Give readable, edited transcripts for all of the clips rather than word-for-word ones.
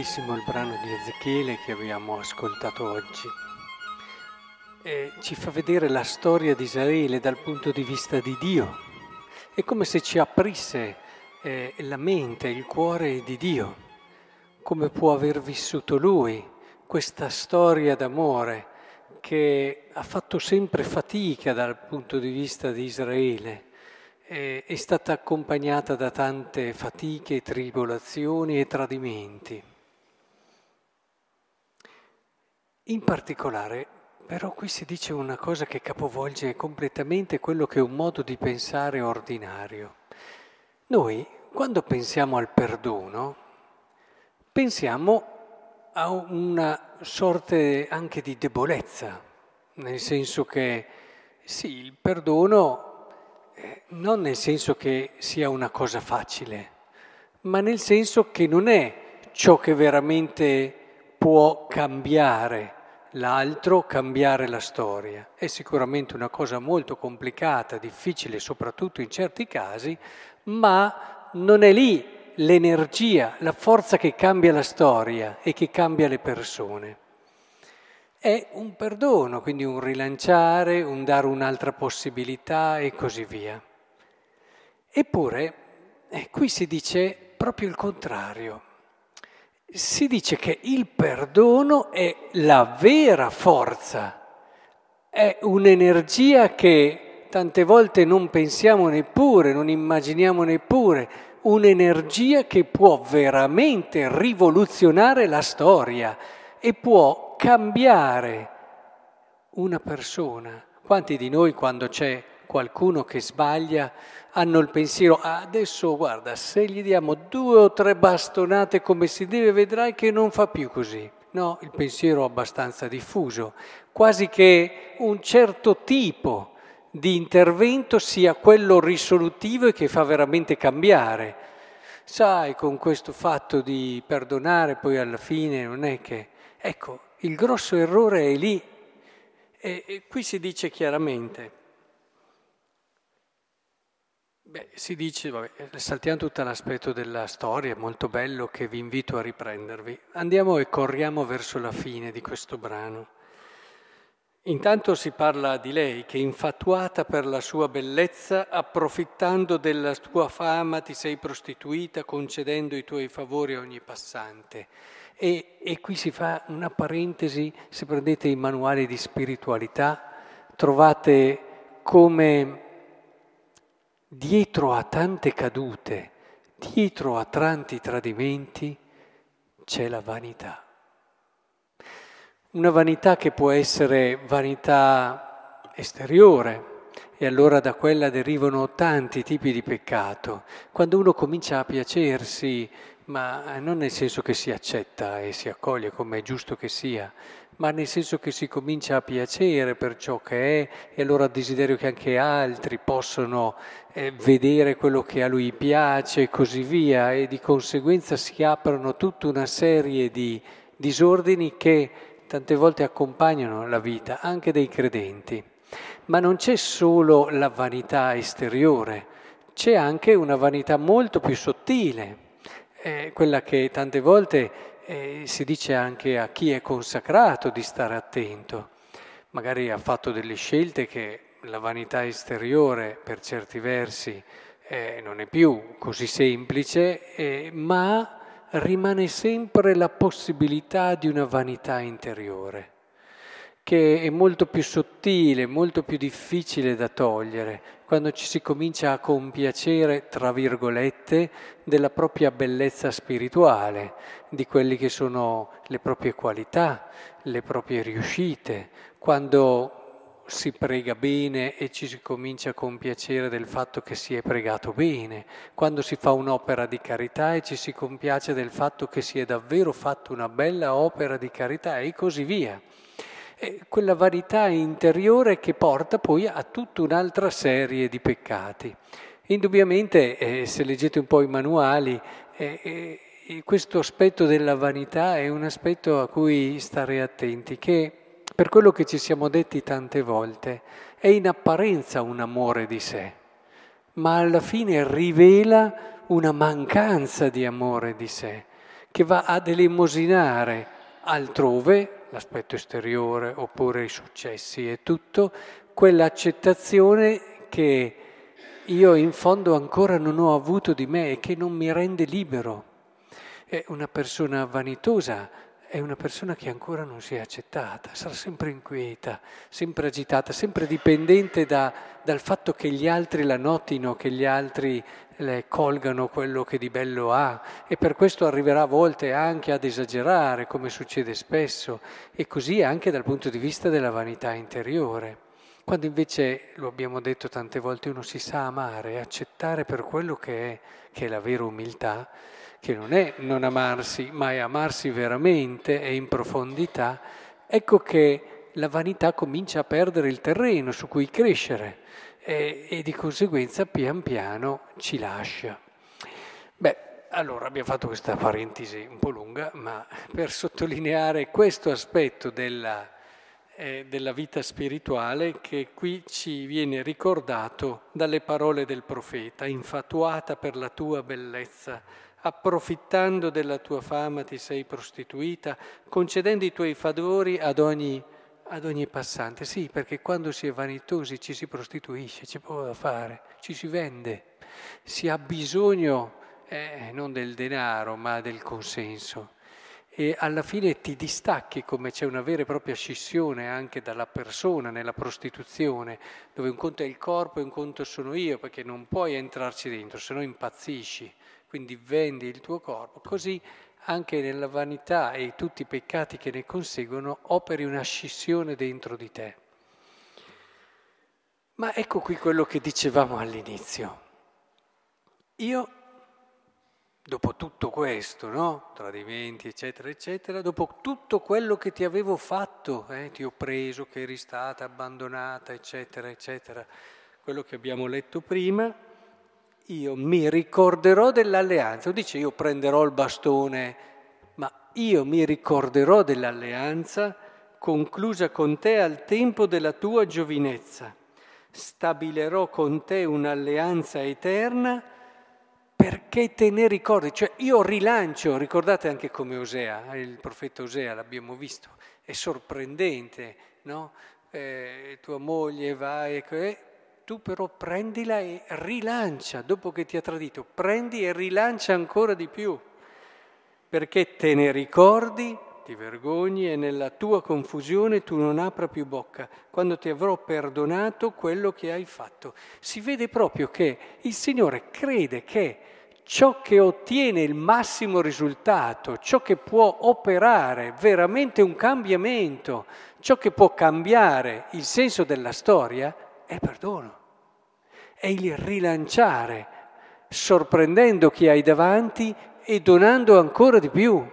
bellissimo il brano di Ezechiele che abbiamo ascoltato oggi. Ci fa vedere la storia di Israele dal punto di vista di Dio. È come se ci aprisse la mente, il cuore di Dio, come può aver vissuto Lui questa storia d'amore che ha fatto sempre fatica dal punto di vista di Israele. È stata accompagnata da tante fatiche, tribolazioni e tradimenti. In particolare, però, qui si dice una cosa che capovolge completamente quello che è un modo di pensare ordinario. Noi, quando pensiamo al perdono, pensiamo a una sorte anche di debolezza, nel senso che sì, il perdono non nel senso che sia una cosa facile, ma nel senso che non è ciò che veramente può cambiare l'altro, cambiare la storia. È sicuramente una cosa molto complicata, difficile, soprattutto in certi casi, ma non è lì l'energia, la forza che cambia la storia e che cambia le persone. È un perdono, quindi un rilanciare, un dare un'altra possibilità e così via. Eppure, qui si dice proprio il contrario. Si dice che il perdono è la vera forza, è un'energia che tante volte non pensiamo neppure, non immaginiamo neppure, un'energia che può veramente rivoluzionare la storia e può cambiare una persona. Quanti di noi, quando c'è qualcuno che sbaglia, hanno il pensiero: adesso guarda, se gli diamo 2 o 3 bastonate come si deve, vedrai che non fa più così. No, il pensiero è abbastanza diffuso, quasi che un certo tipo di intervento sia quello risolutivo e che fa veramente cambiare. Sai, con questo fatto di perdonare poi alla fine non è che... Ecco, il grosso errore è lì. E qui si dice chiaramente... si dice, saltiamo tutto l'aspetto della storia, molto bello, che vi invito a riprendervi. Andiamo e corriamo verso la fine di questo brano. Intanto si parla di lei che, infatuata per la sua bellezza, approfittando della tua fama, ti sei prostituita concedendo i tuoi favori a ogni passante. E qui si fa una parentesi, se prendete i manuali di spiritualità, trovate come... dietro a tante cadute, dietro a tanti tradimenti, c'è la vanità. Una vanità che può essere vanità esteriore, e allora da quella derivano tanti tipi di peccato. Quando uno comincia a piacersi, ma non nel senso che si accetta e si accoglie come è giusto che sia, ma nel senso che si comincia a piacere per ciò che è, e allora desiderio che anche altri possano vedere quello che a lui piace e così via, e di conseguenza si aprono tutta una serie di disordini che tante volte accompagnano la vita anche dei credenti. Ma non c'è solo la vanità esteriore, c'è anche una vanità molto più sottile, quella che tante volte si dice anche a chi è consacrato di stare attento. Magari ha fatto delle scelte che la vanità esteriore per certi versi non è più così semplice, ma rimane sempre la possibilità di una vanità interiore, che è molto più sottile, molto più difficile da togliere, quando ci si comincia a compiacere, tra virgolette, della propria bellezza spirituale, di quelli che sono le proprie qualità, le proprie riuscite, quando si prega bene e ci si comincia a compiacere del fatto che si è pregato bene, quando si fa un'opera di carità e ci si compiace del fatto che si è davvero fatto una bella opera di carità e così via. Quella vanità interiore che porta poi a tutta un'altra serie di peccati. Indubbiamente, se leggete un po' i manuali, questo aspetto della vanità è un aspetto a cui stare attenti, che per quello che ci siamo detti tante volte, è in apparenza un amore di sé, ma alla fine rivela una mancanza di amore di sé, che va ad elemosinare altrove, l'aspetto esteriore oppure i successi e tutto, quell'accettazione che io in fondo ancora non ho avuto di me e che non mi rende libero. È una persona vanitosa, è una persona che ancora non si è accettata, sarà sempre inquieta, sempre agitata, sempre dipendente dal fatto che gli altri la notino, che gli altri le colgano quello che di bello ha, e per questo arriverà a volte anche ad esagerare, come succede spesso, e così anche dal punto di vista della vanità interiore. Quando invece, lo abbiamo detto tante volte, uno si sa amare, accettare per quello che è la vera umiltà, che non è non amarsi, ma è amarsi veramente e in profondità, ecco che la vanità comincia a perdere il terreno su cui crescere e di conseguenza pian piano ci lascia. Beh, allora abbiamo fatto questa parentesi un po' lunga, ma per sottolineare questo aspetto della vita spirituale che qui ci viene ricordato dalle parole del profeta: infatuata per la tua bellezza, approfittando della tua fama ti sei prostituita, concedendo i tuoi favori ad ogni passante. Sì, perché quando si è vanitosi ci si prostituisce, c'è poco da fare, ci si vende, si ha bisogno non del denaro ma del consenso. E alla fine ti distacchi, come c'è una vera e propria scissione anche dalla persona nella prostituzione, dove un conto è il corpo e un conto sono io, perché non puoi entrarci dentro, se no impazzisci, quindi vendi il tuo corpo. Così anche nella vanità e tutti i peccati che ne conseguono operi una scissione dentro di te. Ma ecco qui quello che dicevamo all'inizio. Io, dopo tutto questo, no? Tradimenti, eccetera, eccetera, dopo tutto quello che ti avevo fatto, ti ho preso, che eri stata abbandonata, eccetera, eccetera, quello che abbiamo letto prima, io mi ricorderò dell'alleanza. Dice io prenderò il bastone, ma io mi ricorderò dell'alleanza conclusa con te al tempo della tua giovinezza. Stabilerò con te un'alleanza eterna perché te ne ricordi. Cioè io rilancio, ricordate anche come Osea, il profeta Osea, l'abbiamo visto, è sorprendente, no? Tua moglie va e tu però prendila e rilancia, dopo che ti ha tradito, prendi e rilancia ancora di più, perché te ne ricordi, ti vergogni e nella tua confusione tu non apra più bocca, quando ti avrò perdonato quello che hai fatto. Si vede proprio che il Signore crede che ciò che ottiene il massimo risultato, ciò che può operare veramente un cambiamento, ciò che può cambiare il senso della storia, è perdono, è il rilanciare, sorprendendo chi hai davanti e donando ancora di più.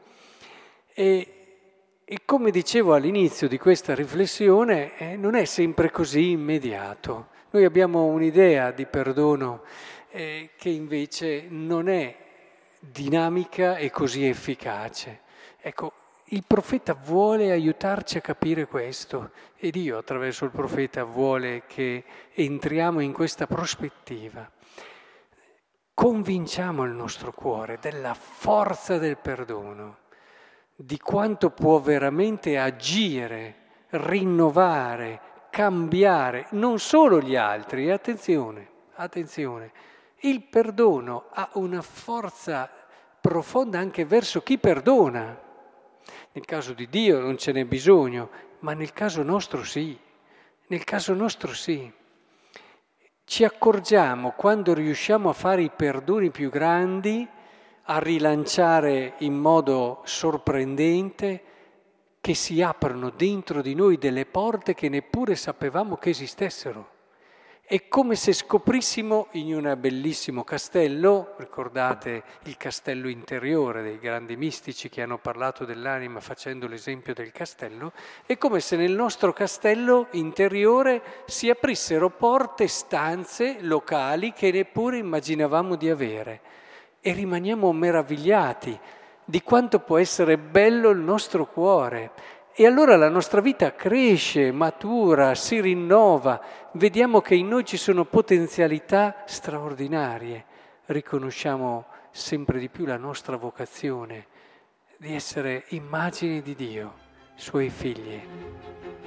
E come dicevo all'inizio di questa riflessione, non è sempre così immediato. Noi abbiamo un'idea di perdono che invece non è dinamica e così efficace. Ecco, il profeta vuole aiutarci a capire questo e Dio attraverso il profeta vuole che entriamo in questa prospettiva. Convinciamo il nostro cuore della forza del perdono, di quanto può veramente agire, rinnovare, cambiare non solo gli altri, attenzione, il perdono ha una forza profonda anche verso chi perdona. Nel caso di Dio non ce n'è bisogno, ma nel caso nostro sì, Ci accorgiamo quando riusciamo a fare i perdoni più grandi, a rilanciare in modo sorprendente, che si aprono dentro di noi delle porte che neppure sapevamo che esistessero. È come se scoprissimo in un bellissimo castello, ricordate il castello interiore dei grandi mistici che hanno parlato dell'anima facendo l'esempio del castello, è come se nel nostro castello interiore si aprissero porte, stanze, locali che neppure immaginavamo di avere e rimaniamo meravigliati di quanto può essere bello il nostro cuore. E allora la nostra vita cresce, matura, si rinnova, vediamo che in noi ci sono potenzialità straordinarie, riconosciamo sempre di più la nostra vocazione di essere immagini di Dio, Suoi figli.